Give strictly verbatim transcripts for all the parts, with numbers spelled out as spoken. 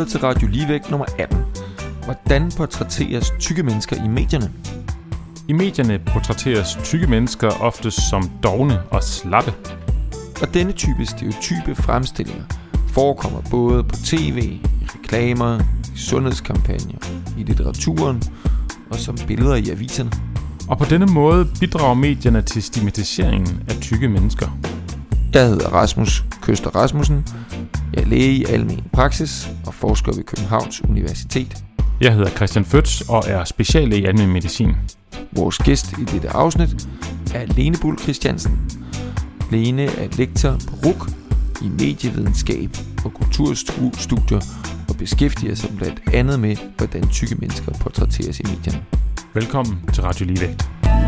lytter til Radio Ligevægt nummer atten. Hvordan portrætteres tykke mennesker i medierne? I medierne portrætteres tykke mennesker oftest som dovne og slappe. Og denne type stereotype fremstillinger forekommer både på tv, i reklamer, i sundhedskampagner, i litteraturen og som billeder i aviserne. Og på denne måde bidrager medierne til stigmatiseringen af tykke mennesker. Jeg hedder Rasmus Køster Rasmussen. Jeg er læge i almen praksis og forsker ved Københavns Universitet. Jeg hedder Christian Føtz og er speciallæge i almen medicin. Vores gæst i dette afsnit er Lene Buhl Christiansen. Lene er lektor på R U C i medievidenskab og kulturstudier og beskæftiger sig blandt andet med, hvordan tykke mennesker portrætteres i medierne. Velkommen til Radio Ligevægt.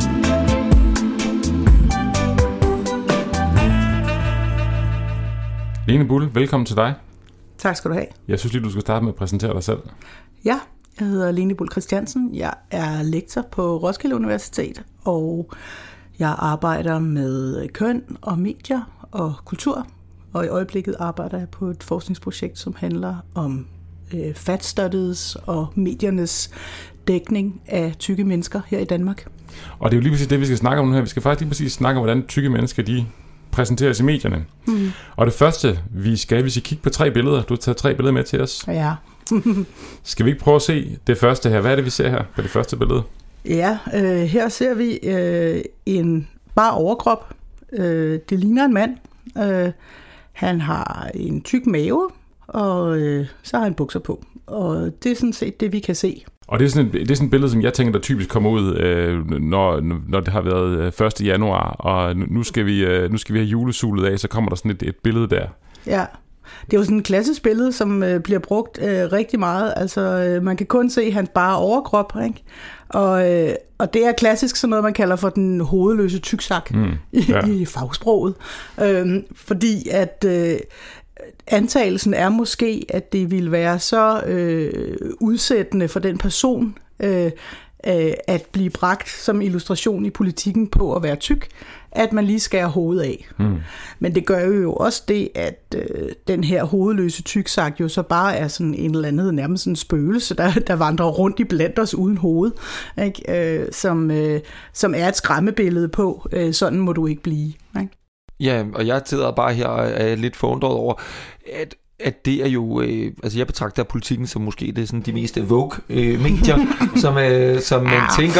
Lene Buhl, velkommen til dig. Tak skal du have. Jeg synes lige, du skal starte med at præsentere dig selv. Ja, jeg hedder Lene Buhl Christiansen. Jeg er lektor på Roskilde Universitet, og jeg arbejder med køn og medier og kultur. Og i øjeblikket arbejder jeg på et forskningsprojekt, som handler om øh, fat studies og mediernes dækning af tykke mennesker her i Danmark. Og det er jo lige præcis det, vi skal snakke om nu her. Vi skal faktisk lige præcis snakke om, hvordan tykke mennesker de præsenteres i medierne. Mm. Og det første, vi skal, vi skal kigge på tre billeder. Du har taget tre billeder med til os. Ja. Skal vi ikke prøve at se det første her? Hvad er det, vi ser her på det første billede? Ja, øh, her ser vi øh, en bar overkrop. Øh, det ligner en mand. Øh, han har en tyk mave, og øh, så har han bukser på. Og det er sådan set det, vi kan se. Og det er sådan et, det er sådan et billede, som jeg tænker, der typisk kommer ud, øh, når, når det har været første januar, og nu skal vi, øh, nu skal vi have julesulet af, så kommer der sådan et, et billede der. Ja, det er jo sådan et klassisk billede, som øh, bliver brugt øh, rigtig meget. Altså, øh, man kan kun se hans bare overkrop, ikke? Og, øh, og det er klassisk sådan noget, man kalder for den hovedløse tyksak mm, ja. i, i fagsproget. Øh, fordi at øh, antagelsen er måske, at det ville være så øh, udsættende for den person, øh, øh, at blive bragt som illustration i politikken på at være tyk, at man lige skærer hovedet af. Mm. Men det gør jo også det, at øh, den her hovedløse tyksak jo så bare er sådan en eller anden, nærmest en spøgelse, der, der vandrer rundt i blandt os uden hoved, ikke? Øh, som, øh, som er et skræmmebillede på, øh, sådan må du ikke blive, ikke? Ja, og jeg sidder bare her og er lidt forundret over, at at det er jo, øh, altså jeg betragter politikken som måske det er sådan de mest vogue øh, medier, som, øh, som man tænker,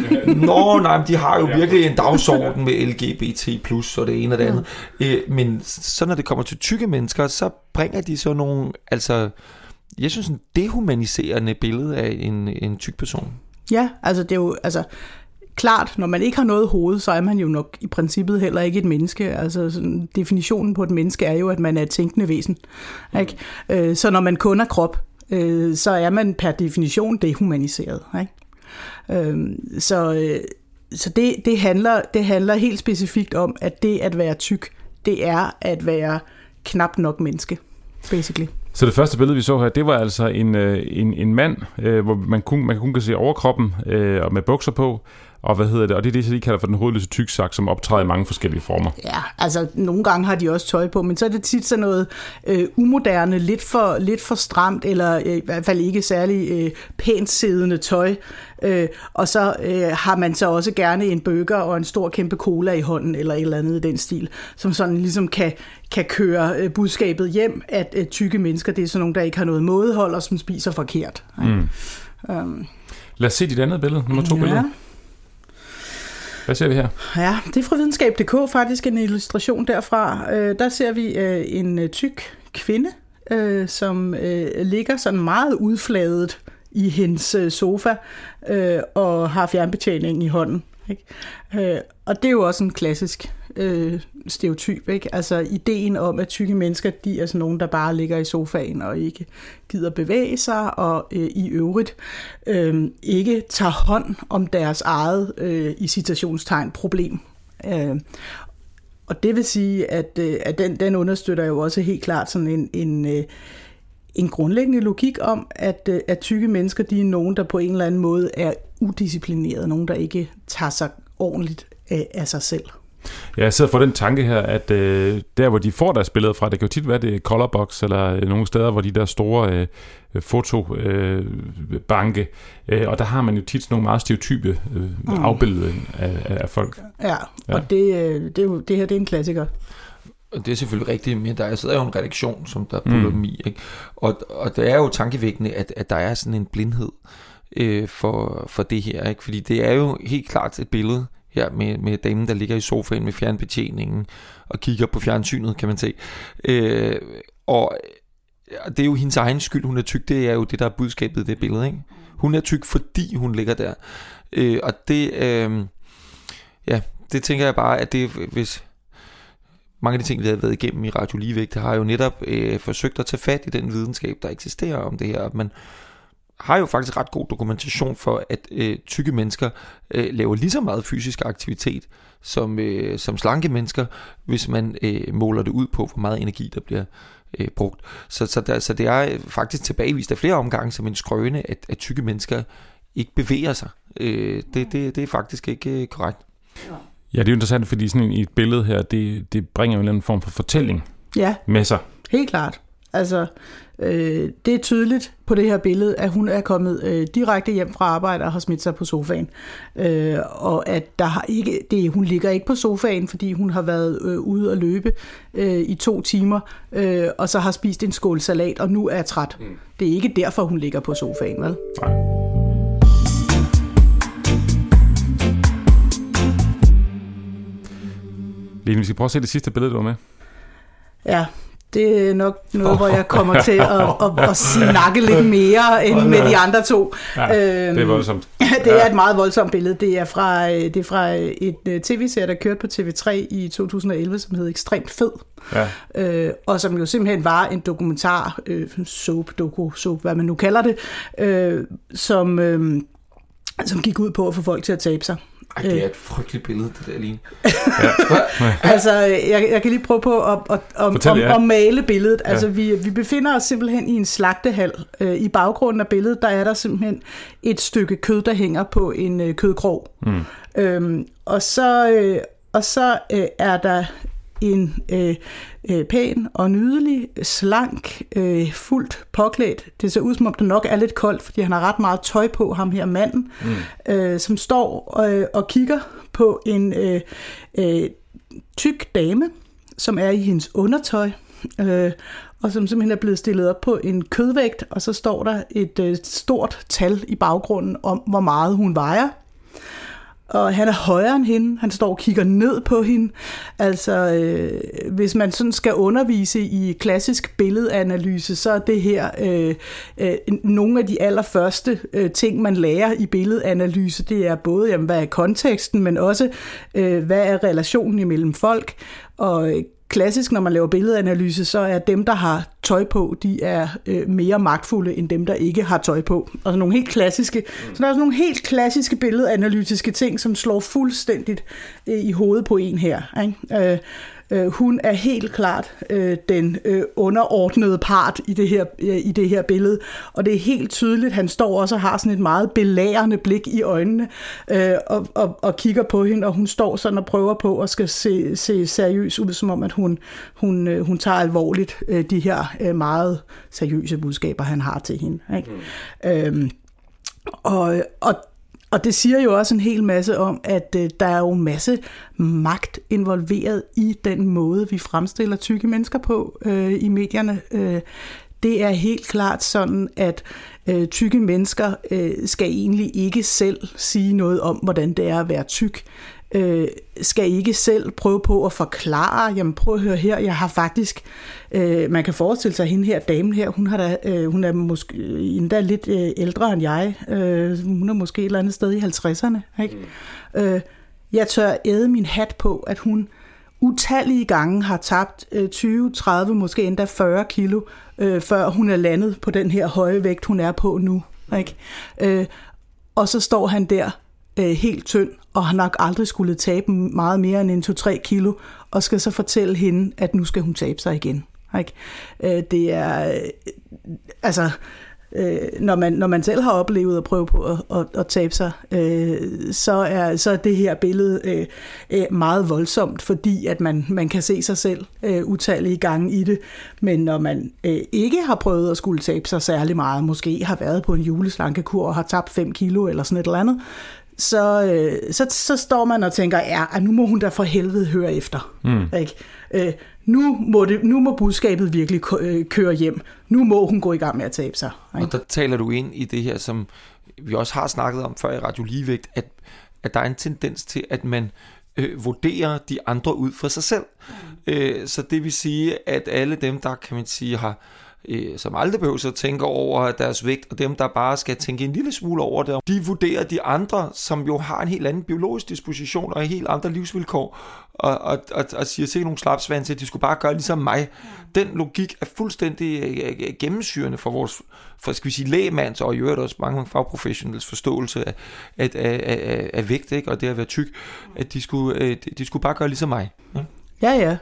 nå nej, de har jo virkelig en dagsorden med L G B T plus og det ene og det andet. Øh, men så når det kommer til tykke mennesker, så bringer de så nogle, altså jeg synes en dehumaniserende billede af en, en tyk person. Ja, altså det er jo, altså klart, når man ikke har noget hoved, så er man jo nok i princippet heller ikke et menneske. Altså sådan, definitionen på et menneske er jo, at man er et tænkende væsen. Ikke? Øh, så når man kun er krop, øh, så er man per definition dehumaniseret. Ikke? Øh, så øh, så det, det, handler, det handler helt specifikt om, at det at være tyk, det er at være knap nok menneske, basically. Så det første billede, vi så her, det var altså en, en, en mand, øh, hvor man kun, man kun kan se overkroppen øh, og med bukser på. Og hvad hedder det? Og det er det, de kalder for den hovedløse tyksak, som optræder i mange forskellige former. Ja, altså nogle gange har de også tøj på, men så er det tit sådan noget øh, umoderne, lidt for, lidt for stramt, eller øh, i hvert fald ikke særlig øh, pænt siddende tøj. Øh, og så øh, har man så også gerne en burger og en stor kæmpe cola i hånden, eller et eller andet i den stil, som sådan ligesom kan, kan køre øh, budskabet hjem, at øh, tykke mennesker, det er sådan nogle, der ikke har noget mådehold, og som spiser forkert. Mm. Um, Lad os se dit andet billede, nummer to ja. billede. Hvad ser vi her? Ja, det er fra videnskab punktum d k faktisk en illustration derfra. Øh, der ser vi øh, en øh, tyk kvinde, øh, som øh, ligger sådan meget udfladet i hendes øh, sofa øh, og har fjernbetjeningen i hånden. Ikke? Øh, og det er jo også en klassisk øh, stereotyp, ikke? Altså ideen om, at tykke mennesker, de er sådan nogen, der bare ligger i sofaen og ikke gider bevæge sig, og øh, i øvrigt øh, ikke tager hånd om deres eget, øh, i citationstegn, problem. Øh, og det vil sige, at, øh, at den, den understøtter jo også helt klart sådan en, en øh, en grundlæggende logik om, at, at tykke mennesker, de er nogen, der på en eller anden måde er udisciplineret, nogen, der ikke tager sig ordentligt af, af sig selv. Ja, jeg sidder for den tanke her, at øh, der, hvor de får deres billeder fra, det kan jo tit være det Colorbox, eller øh, nogle steder, hvor de der store øh, fotobanke, øh, øh, og der har man jo tit sådan nogle meget stereotype øh, mm. afbilleder af, af folk. Ja, ja. Og det, øh, det, er jo, det her, det er en klassiker. Det er selvfølgelig rigtigt, men der sidder jo en redaktion, som der putter mm. dem i, ikke? Og, og det er jo tankevækkende, at, at der er sådan en blindhed øh, for, for det her, ikke? Fordi det er jo helt klart et billede her med, med damen, der ligger i sofaen med fjernbetjeningen og kigger på fjernsynet, kan man se. Øh, og det er jo hendes egen skyld, hun er tyk. Det er jo det, der er budskabet i det billede, ikke? Hun er tyk, fordi hun ligger der. Øh, og det, øh, ja, det tænker jeg bare, at det, hvis mange af de ting, vi har været igennem i Radio Ligevægt, har jo netop øh, forsøgt at tage fat i den videnskab, der eksisterer om det her. Man har jo faktisk ret god dokumentation for, at øh, tykke mennesker øh, laver lige så meget fysisk aktivitet som, øh, som slanke mennesker, hvis man øh, måler det ud på, hvor meget energi der bliver øh, brugt. Så, så, der, så det er faktisk tilbagevist af flere omgange som en skrøne, at, at tykke mennesker ikke bevæger sig. Øh, det, det, det er faktisk ikke øh, korrekt. Ja, det er jo interessant, fordi sådan i et billede her, det, det bringer jo en eller anden form for fortælling ja, med sig. Helt klart. Altså, øh, det er tydeligt på det her billede, at hun er kommet øh, direkte hjem fra arbejde og har smidt sig på sofaen. Øh, og at der har ikke, det, hun ligger ikke på sofaen, fordi hun har været øh, ude at løbe øh, i to timer, øh, og så har spist en skål salat, og nu er træt. Mm. Det er ikke derfor, hun ligger på sofaen, vel? Nej. Line, vi skal prøve at se det sidste billede, du var med. Ja, det er nok noget, oh, hvor jeg kommer til at, at, at snakke lidt mere end med de andre to. Ja, øhm, det er voldsomt. Det er et meget voldsomt billede. Det er fra, det er fra et tv-serie, der kørte på T V tre i to tusind og elleve, som hed Ekstremt Fed. Ja. Øh, og som jo simpelthen var en dokumentar, øh, soap, doku, soap, hvad man nu kalder det, øh, som, øh, som gik ud på at få folk til at tabe sig. Ej, det er et frygteligt billede, det der, Line. Altså, jeg, jeg kan lige prøve på at, at, at, Fortæl, at, ja. at male billedet. Ja. Altså, vi, vi befinder os simpelthen i en slagtehal. Øh, I baggrunden af billedet, der er der simpelthen et stykke kød, der hænger på en øh, kødkrog. Mm. Øhm, og så, øh, og så øh, er der en øh, øh, pæn og nydelig, slank, øh, fuldt påklædt. Det ser ud som om det nok er lidt koldt, fordi han har ret meget tøj på, ham her manden, mm. øh, som står øh, og kigger på en øh, øh, tyk dame, som er i hendes undertøj, øh, og som simpelthen er blevet stillet op på en kødvægt, og så står der et øh, stort tal i baggrunden om, hvor meget hun vejer. Og han er højere end hende. Han står og kigger ned på hende. Altså, øh, hvis man sådan skal undervise i klassisk billedanalyse, så er det her øh, øh, nogle af de allerførste øh, ting, man lærer i billedanalyse. Det er både, jamen, hvad er konteksten, men også, øh, hvad er relationen imellem folk. Og øh, klassisk, når man laver billedanalyse, så er dem, der har tøj på, de er øh, mere magtfulde end dem, der ikke har tøj på. Og nogle helt klassiske, mm. så der er nogle helt klassiske billedanalytiske ting, som slår fuldstændigt øh, i hovedet på en her. Ikke? Øh, øh, hun er helt klart øh, den øh, underordnede part i det, her, øh, i det her billede, og det er helt tydeligt, han står også og har sådan et meget belærende blik i øjnene øh, og, og, og kigger på hende, og hun står sådan og prøver på at skal se, se seriøs ud, som om at hun, hun, øh, hun tager alvorligt øh, de her øh, meget seriøse budskaber, han har til hende. Ikke? Mm. Øhm, og, og Og det siger jo også en hel masse om, at øh, der er jo en masse magt involveret i den måde, vi fremstiller tykke mennesker på øh, i medierne. Øh, det er helt klart sådan, at øh, tykke mennesker øh, skal egentlig ikke selv sige noget om, hvordan det er at være tyk. Øh, skal ikke selv prøve på at forklare, jamen prøv at høre her, jeg har faktisk, øh, man kan forestille sig, hende her, damen her, hun, har da, øh, hun er måske endda lidt øh, ældre end jeg, øh, hun er måske et eller andet sted i halvtredserne, ikke? Mm. Øh, jeg tør æde min hat på, at hun utallige gange har tabt øh, tyve, tredive, måske endda fyrre kilo, øh, før hun er landet på den her høje vægt, hun er på nu, ikke? Øh, og så står han der, Øh, helt tynd, og har nok aldrig skulle tabe meget mere end en to tre kilo, og skal så fortælle hende, at nu skal hun tabe sig igen. Ikke? Øh, det er, øh, altså, øh, når, man, når man selv har oplevet at prøve på at, at, at tabe sig, øh, så, er, så er det her billede øh, øh, meget voldsomt, fordi at man, man kan se sig selv øh, utallige gange i det. Men når man øh, ikke har prøvet at skulle tabe sig særlig meget, måske har været på en juleslankekur og har tabt fem kilo eller sådan et eller andet, Så, øh, så, så står man og tænker, ja, nu må hun da for helvede høre efter. Mm. Ikke? Øh, nu, må det, nu må budskabet virkelig køre hjem. Nu må hun gå i gang med at tabe sig. Ikke? Og der taler du ind i det her, som vi også har snakket om før i Radio Ligevægt, at, at der er en tendens til, at man øh, vurderer de andre ud fra sig selv. Mm. Øh, så det vil sige, at alle dem, der kan man sige, har som aldrig behøver at tænke over deres vægt, og dem, der bare skal tænke en lille smule over det, de vurderer de andre, som jo har en helt anden biologisk disposition og helt andre livsvilkår, og, og, og, og siger til nogle slapsvand til, at de skulle bare gøre ligesom mig. Den logik er fuldstændig gennemsyrende for vores, for skal vi sige, lægemands, og i øvrigt også mange fagprofessionals forståelse af, af, af, af, af vægt, ikke? Og det at være tyk, at de skulle, de skulle bare gøre ligesom mig. Ja, ja. ja.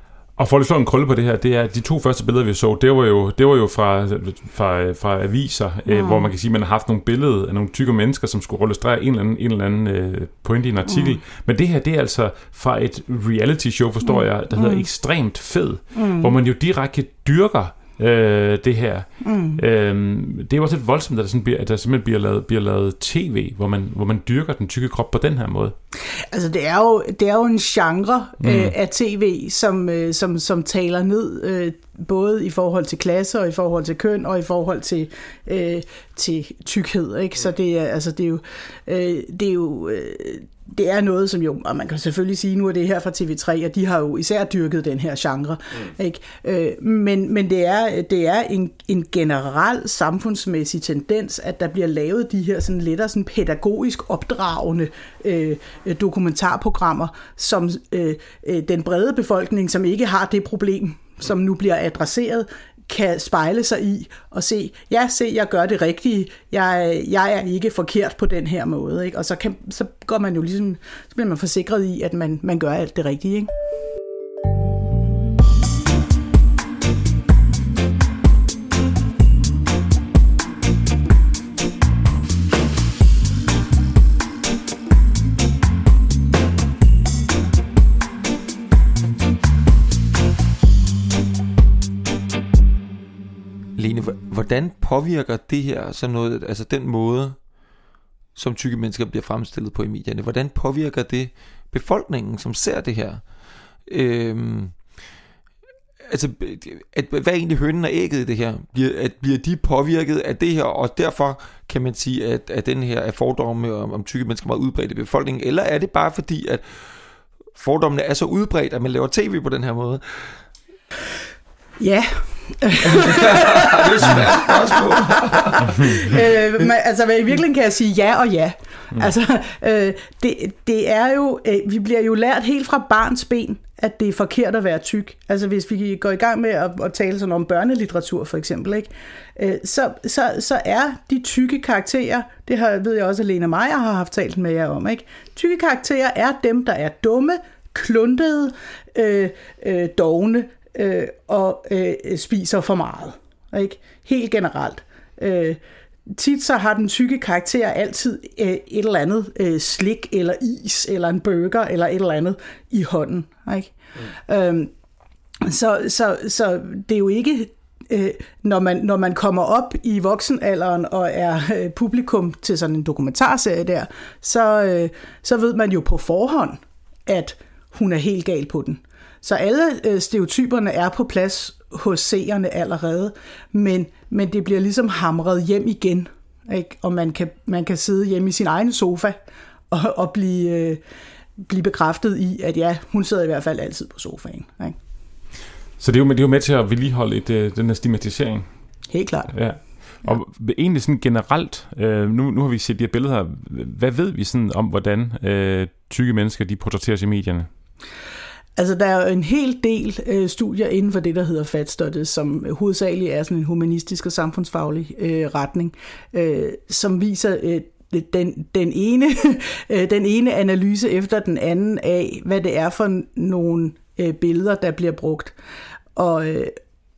Og for at slå en krølle på det her, det er de to første billeder, vi så, det var jo, det var jo fra, fra, fra aviser, mm. øh, hvor man kan sige, at man har haft nogle billeder af nogle tykke mennesker, som skulle illustrere en eller anden, en eller anden øh, pointe i en artikel. Mm. Men det her, det er altså fra et reality show, forstår mm. jeg, der hedder mm. Ekstremt Fed, mm. hvor man jo direkte dyrker øh, det her. Mm. Øh, det er også lidt voldsomt, at der, sådan bliver, at der simpelthen bliver lavet, bliver lavet tv, hvor man, hvor man dyrker den tykke krop på den her måde. Altså det er jo, det er jo en genre mm. øh, af tv, som, øh, som, som taler ned, øh, både i forhold til klasse, og i forhold til køn, og i forhold til, øh, til tykkhed. Ikke? Så det er, altså, det er jo... Øh, det er jo øh, det er noget, som jo, og man kan selvfølgelig sige, nu er det her fra T V tre, og de har jo især dyrket den her genre. Mm. Ikke? Øh, men men det er, det er en, en generel samfundsmæssig tendens, at der bliver lavet de her sådan lidt sådan pædagogisk opdragende øh, dokumentarprogrammer, som øh, den brede befolkning, som ikke har det problem, som nu bliver adresseret, kan spejle sig i og se, ja, se, jeg gør det rigtige, jeg, jeg er ikke forkert på den her måde, ikke? Og så, kan, så går man jo ligesom, så bliver man forsikret i, at man, man gør alt det rigtige, ikke? Lene, hvordan påvirker det her sådan noget, altså den måde, som tykke mennesker bliver fremstillet på i medierne, hvordan påvirker det befolkningen, som ser det her? Øhm, altså, at, hvad er egentlig hønen og ægget i det her? Bliver, at, bliver de påvirket af det her, og derfor kan man sige, at, at den her er fordomme om, om tykke mennesker meget udbredt i befolkningen, eller er det bare fordi, at fordommene er så udbredt, at man laver tv på den her måde? Ja. Det er svært spørgsmål. øh, men, altså i virkeligheden kan jeg sige ja og ja. Mm. Altså øh, det, det er jo øh, vi bliver jo lært helt fra barns ben, at det er forkert at være tyk. Altså hvis vi går i gang med at, at tale sådan om børnelitteratur for eksempel, ikke? Øh, så, så, så er de tykke karakterer, det har, ved jeg også, at Lene Meyer har haft talt med jer om, ikke? Tykke karakterer er dem, der er dumme, kluntede, øh, øh, dovne, Øh, og øh, spiser for meget. Ikke? Helt generelt. Øh, tit så har den tykke karakter altid øh, et eller andet øh, slik, eller is, eller en burger, eller et eller andet i hånden. Ikke? Mm. Øh, så, så, så det er jo ikke, øh, når, man, når man kommer op i voksenalderen og er øh, publikum til sådan en dokumentarserie der, så, øh, så ved man jo på forhånd, at hun er helt gal på den. Så alle øh, stereotyperne er på plads hos seerne allerede, men, men det bliver ligesom hamret hjem igen, ikke? Og man kan, man kan sidde hjemme i sin egen sofa og, og blive, øh, blive bekræftet i, at ja, hun sidder i hvert fald altid på sofaen. Ikke? Så det er, jo med, det er jo med til at vedligeholde et, øh, den her stigmatisering. Helt klart. Ja. Og ja. Egentlig sådan generelt, øh, nu, nu har vi set de her billeder, hvad ved vi sådan om, hvordan øh, tykke mennesker de portrætteres i medierne? Altså, der er jo en hel del øh, studier inden for det, der hedder Fat Studies, som hovedsageligt er sådan en humanistisk og samfundsfaglig øh, retning, øh, som viser øh, den, den, ene, øh, den ene analyse efter den anden af, hvad det er for nogle øh, billeder, der bliver brugt. Og, øh,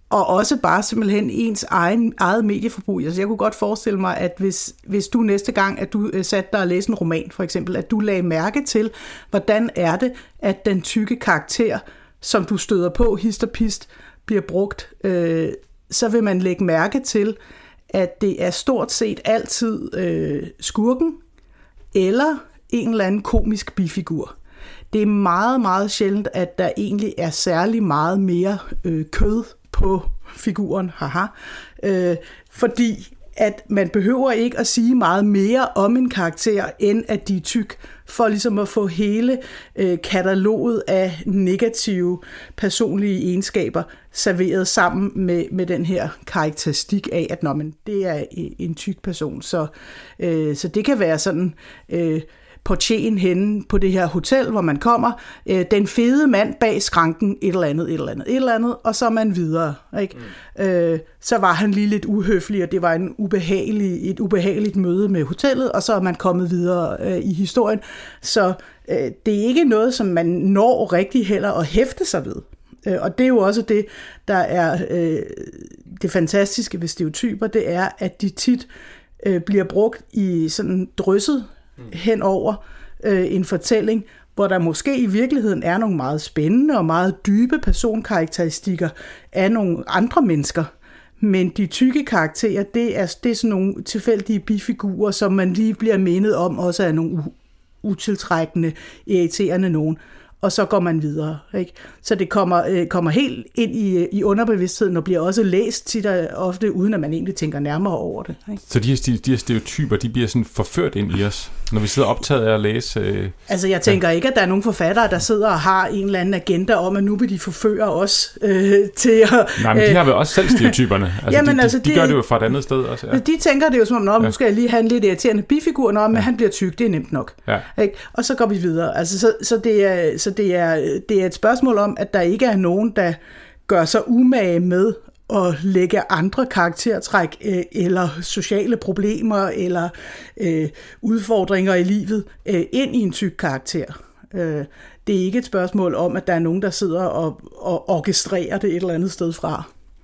og også bare simpelthen ens egen, eget medieforbrug. Altså jeg kunne godt forestille mig, at hvis, hvis du næste gang, at du satte dig og læste en roman, for eksempel, at du lagde mærke til, hvordan er det, at den tykke karakter, som du støder på, hist og pist, bliver brugt, øh, så vil man lægge mærke til, at det er stort set altid øh, skurken, eller en eller anden komisk bifigur. Det er meget, meget sjældent, at der egentlig er særlig meget mere øh, kød på figuren, haha, øh, fordi at man behøver ikke at sige meget mere om en karakter, end at de er tyk, for ligesom at få hele øh, kataloget af negative personlige egenskaber serveret sammen med, med den her karakteristik af, at nå, men det er en tyk person. Så, øh, så det kan være sådan... Øh, portieren henne på det her hotel, hvor man kommer, øh, den fede mand bag skranken, et eller andet, et eller andet, et eller andet, og så er man videre. Ikke? Mm. Øh, så var han lige lidt uhøflig, og det var en ubehagelig, et ubehageligt møde med hotellet, og så er man kommet videre øh, i historien. Så øh, det er ikke noget, som man når rigtig heller at hæfte sig ved. Øh, og det er jo også det, der er øh, det fantastiske ved stereotyper, det er, at de tit øh, bliver brugt i sådan drysset hen over øh, en fortælling, hvor der måske i virkeligheden er nogle meget spændende og meget dybe personkarakteristikker af nogle andre mennesker. Men de tykke karakterer, det er, det er sådan nogle tilfældige bifigurer, som man lige bliver mindet om, også er nogle u- utiltrækkende, irriterende nogen. Og så går man videre. Ikke? Så det kommer, øh, kommer helt ind i, i underbevidstheden og bliver også læst tit og ofte, uden at man egentlig tænker nærmere over det. Ikke? Så de her, de her stereotyper, de bliver sådan forført ind i os, når vi sidder optaget af at læse? Øh, altså jeg tænker ja. ikke, at der er nogen forfattere, der sidder og har en eller anden agenda om, at nu vil de forføre os øh, til at... Nej, men de har vel også selv stereotyperne. Altså, Jamen, de, altså, de, de gør det jo fra et andet sted også. Ja. De tænker det jo som om, nå, nu skal jeg lige have en lidt irriterende bifigur, nå, men ja. han bliver tyk, det er nemt nok. Ja. Ikke? Og så går vi videre. Altså, så, så det er... Så det er, det er et spørgsmål om, at der ikke er nogen, der gør sig umage med at lægge andre karaktertræk øh, eller sociale problemer eller øh, udfordringer i livet øh, ind i en tyk karakter. Øh, det er ikke et spørgsmål om, at der er nogen, der sidder og, og orkestrerer det et eller andet sted fra.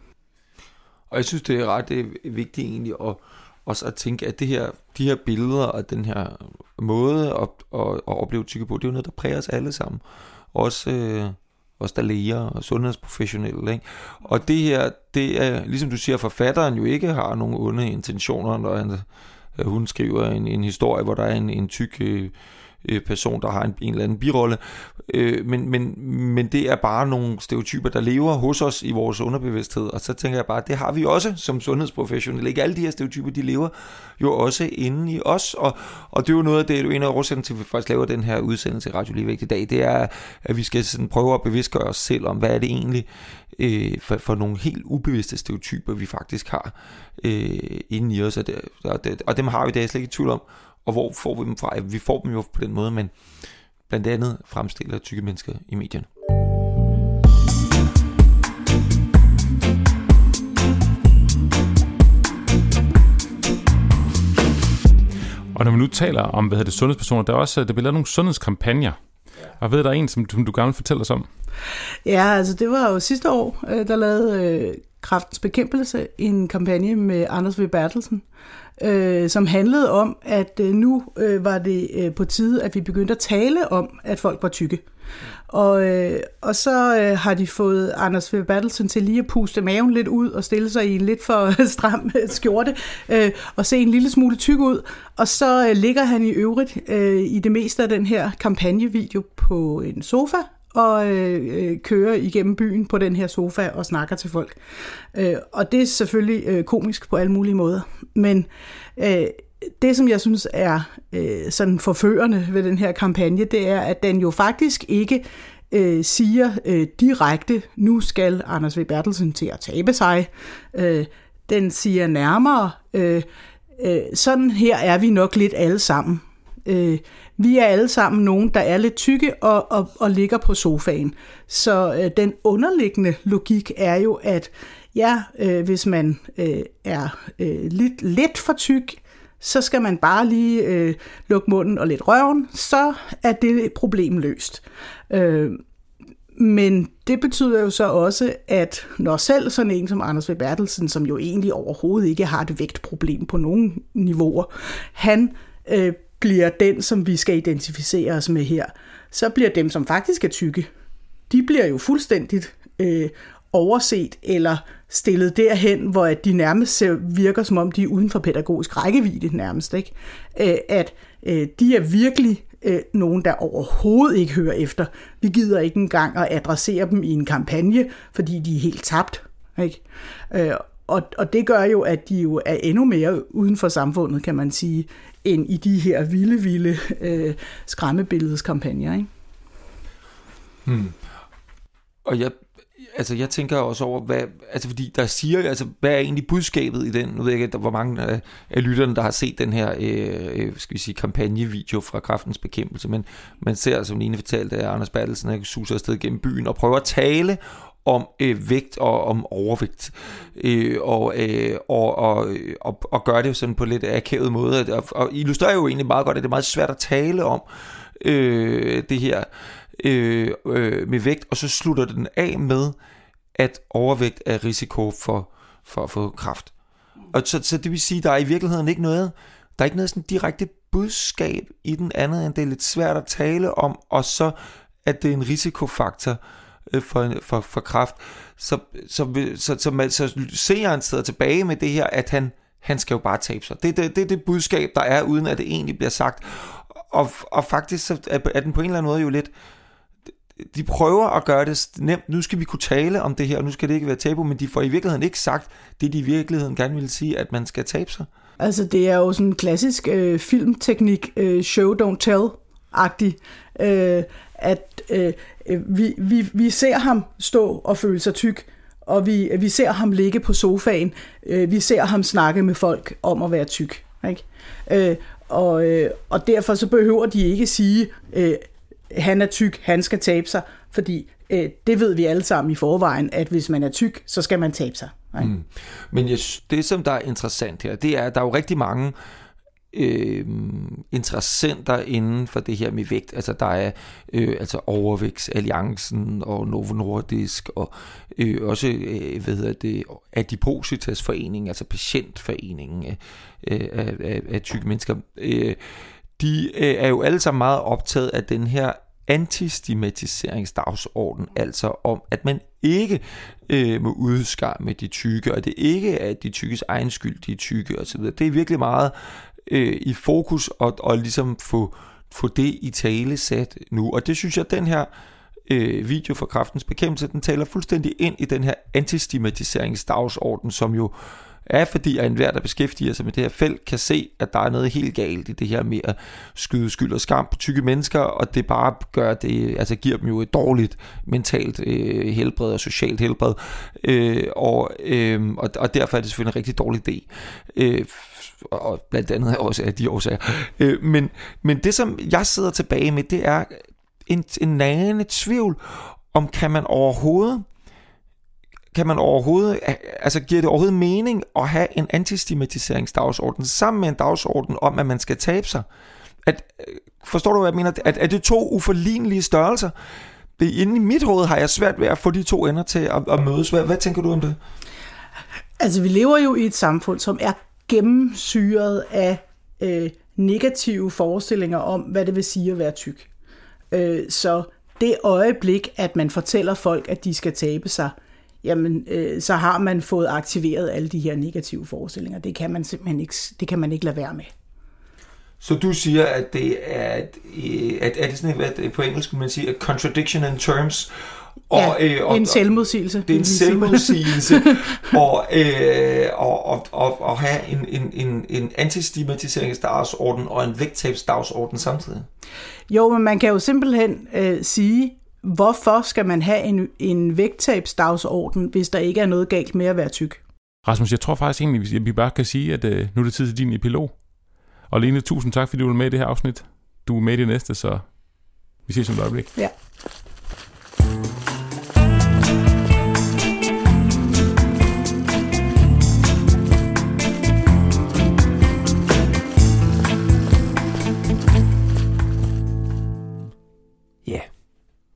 Og jeg synes, det er ret det er vigtigt egentlig at, også at tænke, at det her, de her billeder og den her måde at, at, at opleve tykke på, det er jo noget, der præger os alle sammen. Også, øh, også der læger og sundhedsprofessionelle. Ikke? Og det her, det er, ligesom du siger, forfatteren jo ikke har nogen onde intentioner, når han, øh, hun skriver en, en historie, hvor der er en, en tyk øh, person, der har en, en eller anden birolle. Øh, men, men, men det er bare nogle stereotyper, der lever hos os i vores underbevidsthed. Og så tænker jeg bare, det har vi også som sundhedsprofessionelle. Ikke alle de her stereotyper, de lever jo også inde i os. Og, og det er jo noget af det, det er jo en af årsagerne til, at vi faktisk laver den her udsendelse i Radio Ligevægt i dag. Det er, at vi skal sådan prøve at bevidstgøre os selv om, hvad er det egentlig øh, for, for nogle helt ubevidste stereotyper, vi faktisk har øh, inde i os. Og, det, og, det, og dem har vi, det er jeg slet ikke i tvivl om. Og hvor får vi dem fra? Vi får dem jo på den måde, men blandt andet fremstiller tykke mennesker i medierne. Og når vi nu taler om, hvad hedder det, sundhedspersoner, der er også, der bliver lavet nogle sundhedskampagner. Og ved der er en, som, som du gerne vil fortælle os om? Ja, altså det var jo sidste år, der lavede Kræftens Bekæmpelse en kampagne med Anders V. Bertelsen, øh, som handlede om, at øh, nu øh, var det øh, på tide, at vi begyndte at tale om, at folk var tykke. Og, øh, og så øh, har de fået Anders V. Bertelsen til lige at puste maven lidt ud og stille sig i en lidt for stram skjorte øh, og se en lille smule tyk ud. Og så øh, ligger han i øvrigt øh, i det meste af den her kampagnevideo på en sofa og øh, kører igennem byen på den her sofa og snakker til folk. Øh, og det er selvfølgelig øh, komisk på alle mulige måder. Men øh, det, som jeg synes er øh, sådan forførende ved den her kampagne, det er, at den jo faktisk ikke øh, siger øh, direkte, nu skal Anders V. Bertelsen til at tabe sig. Øh, den siger nærmere, øh, øh, sådan her er vi nok lidt alle sammen. Øh, vi er alle sammen nogen, der er lidt tykke og, og, og ligger på sofaen. Så øh, den underliggende logik er jo, at ja, øh, hvis man øh, er øh, lidt, lidt for tyk, så skal man bare lige øh, lukke munden og lidt røven, så er det problem løst. Øh, Men det betyder jo så også, at når selv sådan en som Anders V. Bertelsen, som jo egentlig overhovedet ikke har et vægtproblem på nogen niveauer, han øh, bliver den, som vi skal identificere os med her, så bliver dem, som faktisk er tykke, de bliver jo fuldstændigt øh, overset eller stillet derhen, hvor de nærmest virker, som om de er uden for pædagogisk rækkevidde nærmest. Ikke? Øh, at øh, de er virkelig øh, nogen, der overhovedet ikke hører efter. Vi gider ikke engang at adressere dem i en kampagne, fordi de er helt tabt. Ikke? Øh, og, og det gør jo, at de jo er endnu mere uden for samfundet, kan man sige, end i de her vilde, vilde øh, skræmmebilledeskampagner. Ikke? Hmm. Og jeg, altså jeg tænker også over, hvad, altså fordi der siger, altså hvad er egentlig budskabet i den? Nu ved jeg ikke, hvor mange af, af lytterne, der har set den her, øh, skal vi sige, kampagnevideo fra Kræftens Bekæmpelse, men man ser, som Line fortalte, at Anders Bertelsen er suser afsted gennem byen og prøver at tale om øh, vægt og om overvægt, øh, og, øh, og, og, og, og gøre det sådan på lidt akavet måde, og, og illustrerer jo egentlig meget godt, at det er meget svært at tale om øh, det her øh, øh, med vægt, og så slutter den af med, at overvægt er risiko for, for at få kræft. Og så, så det vil sige, der er i virkeligheden ikke noget, der er ikke noget sådan direkte budskab i den andet, end det er lidt svært at tale om, og så at det er en risikofaktor For, for, for kræft, så, så, så, så, man, så seeren sidder tilbage med det her, at han, han skal jo bare tabe sig. Det er det, det, det budskab, der er, uden at det egentlig bliver sagt. Og, og faktisk så er, er den på en eller anden måde jo lidt, de prøver at gøre det nemt. Nu skal vi kunne tale om det her, og nu skal det ikke være tabu, men de får i virkeligheden ikke sagt det, de i virkeligheden gerne vil sige, at man skal tabe sig. Altså det er jo sådan en klassisk øh, filmteknik, øh, show don't tell-agtig, øh, at øh, vi, vi, vi ser ham stå og føle sig tyk, og vi, vi ser ham ligge på sofaen, øh, vi ser ham snakke med folk om at være tyk. Ikke? Øh, og, øh, og derfor så behøver de ikke sige, øh, han er tyk, han skal tabe sig, fordi øh, det ved vi alle sammen i forvejen, at hvis man er tyk, så skal man tabe sig. Mm. Men jeg, det, som der er interessant her, det er, at der er jo rigtig mange Øh, interessenter inden for det her med vægt. Altså der er øh, altså Overvægtsalliancen og Novo Nordisk og øh, også øh, hvad hedder det, Adipositas forening, altså patientforeningen af, af, af, af tykke mennesker. Øh, de øh, er jo alle sammen meget optaget af den her antistigmatiseringsdagsorden, altså om, at man ikke øh, må udskamme de tykke, og det ikke er de tykkes egen skyld, de er tykke osv. Det er virkelig meget øh, i fokus, og, og ligesom få, få det i tale sat nu. Og det synes jeg, at den her øh, video fra Kræftens Bekæmpelse, den taler fuldstændig ind i den her antistigmatiseringsdagsorden, som jo er, fordi at enhver, der beskæftiger sig med det her felt, kan se, at der er noget helt galt i det her med at skyde skyld og skam på tykke mennesker, og det bare gør det, altså giver dem jo et dårligt mentalt øh, helbred og socialt helbred, øh, og, øh, og, og derfor er det selvfølgelig en rigtig dårlig idé, øh, og blandt andet også af de årsager. Øh, men, men det, som jeg sidder tilbage med, det er en, en nagende tvivl om, kan man overhovedet Kan man overhovedet, altså giver det overhovedet mening at have en antistigmatiseringsdagsorden sammen med en dagsorden om, at man skal tabe sig? At, forstår du, hvad jeg mener? At, at det er to uforlignelige størrelser. Det, inde i mit hoved har jeg svært ved at få de to ender til at, at mødes. Hvad, hvad tænker du om det? Altså, vi lever jo i et samfund, som er gennemsyret af øh, negative forestillinger om, hvad det vil sige at være tyk. Øh, så det øjeblik, at man fortæller folk, at de skal tabe sig, jamen, øh, så har man fået aktiveret alle de her negative forestillinger. Det kan man simpelthen ikke, det kan man ikke lade være med. Så du siger, at det er, at, at, er det sådan, at på engelsk man siger, a contradiction in terms? Og, ja, øh, og, en selvmodsigelse. Det er en selvmodsigelse, og, øh, og, og, og, og have en, en, en, en antistigmatiseringsdagsorden og en vægttabsdagsorden samtidig. Jo, men man kan jo simpelthen øh, sige, hvorfor skal man have en, en vægttabsdagsorden, hvis der ikke er noget galt med at være tyk? Rasmus, jeg tror faktisk egentlig, at vi bare kan sige, at øh, nu er det tid til din epilog. Og Lene, tusind tak, fordi du var med i det her afsnit. Du er med i det næste, så vi ses om et øjeblik. Ja.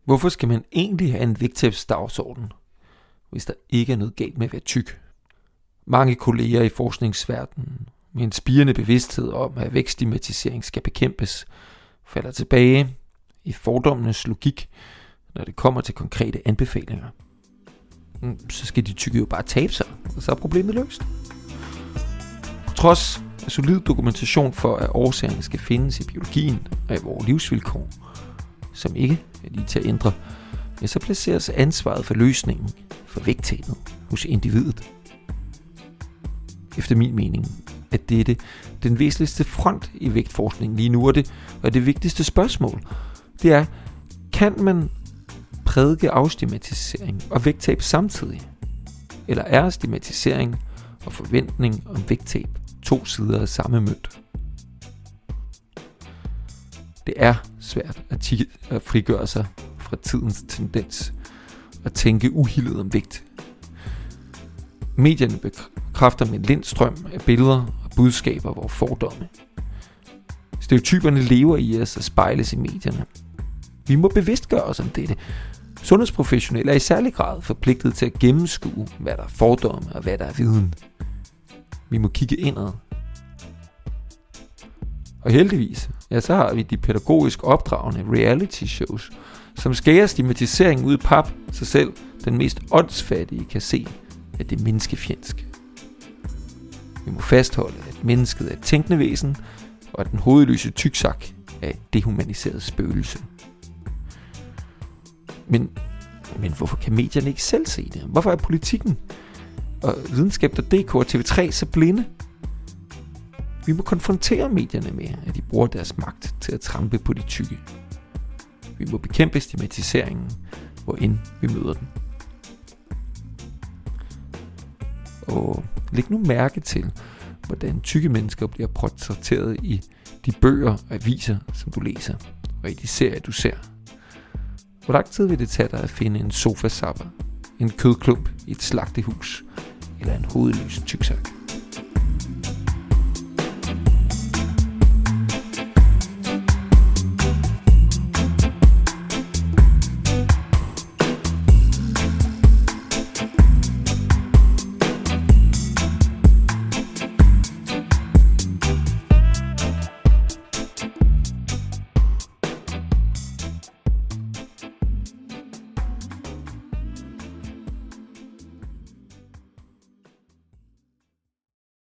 Hvorfor skal man egentlig have en vægttabsdagsorden, hvis der ikke er noget galt med at være tyk? Mange kolleger i forskningsverdenen med en spirende bevidsthed om, at vækststigmatisering skal bekæmpes, falder tilbage i fordommenes logik, når det kommer til konkrete anbefalinger. Så skal de tykke jo bare tabe sig, og så er problemet løst. Trods af solid dokumentation for, at årsagerne skal findes i biologien og i vores livsvilkår, som ikke er lige til at ændre, ja, så placeres ansvaret for løsningen for vægttabet hos individet. Efter min mening er dette den væsentligste front i vægtforskningen lige nu, og det, og det vigtigste spørgsmål, det er, kan man prædike afstigmatisering og vægttab samtidig? Eller er stigmatisering og forventning om vægttab to sider af samme mønt? Det er svært at, t- at frigøre sig fra tidens tendens og tænke uhildet om vægt. Medierne bekræfter med en lindstrøm af billeder og budskaber vores fordomme. Stereotyperne lever i os og spejles i medierne. Vi må bevidstgøre os om dette. Sundhedsprofessionelle er i særlig grad forpligtet til at gennemskue, hvad der er fordomme og hvad der er viden. Vi må kigge indad. Og heldigvis, ja, så har vi de pædagogisk opdragende reality shows, som skærer stigmatiseringen ud i pap, så selv den mest åndsfattige kan se, at det er menneskefjendsk. Vi må fastholde, at mennesket er et tænkende væsen, og at den hovedløse tyksak er et dehumaniseret spøgelse. Men, men hvorfor kan medierne ikke selv se det? Hvorfor er politikken og videnskab punktum d k og T V tre så blinde? Vi må konfrontere medierne med, at de bruger deres magt til at trampe på de tykke. Vi må bekæmpe stigmatiseringen, hvorend vi møder den. Og læg nu mærke til, hvordan tykke mennesker bliver portrætteret i de bøger og aviser, som du læser, og i de serier, du ser. Hvor lang tid vil det tage dig at finde en sofasapper, en kødklump i et slagtehus eller en hovedløs tyksak?